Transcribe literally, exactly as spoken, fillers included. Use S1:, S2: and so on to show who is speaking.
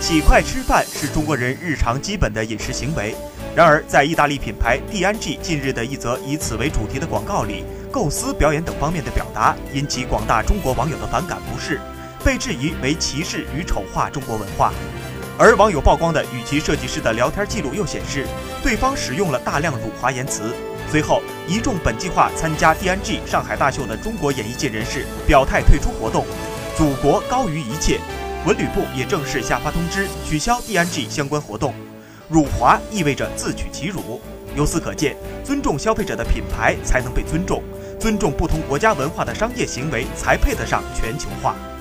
S1: 起快吃饭是中国人日常基本的饮食行为。然而，在意大利品牌 D and G 近日的一则以此为主题的广告里，构思、表演等方面的表达引起广大中国网友的反感不适，被质疑为歧视与丑化中国文化。而网友曝光的与其设计师的聊天记录又显示，对方使用了大量辱华言辞。随后，一众本计划参加 D and G 上海大秀的中国演艺界人士表态退出活动，祖国高于一切。文旅部也正式下发通知，取消 D and G 相关活动。辱华意味着自取其辱。由此可见，尊重消费者的品牌才能被尊重，尊重不同国家文化的商业行为才配得上全球化。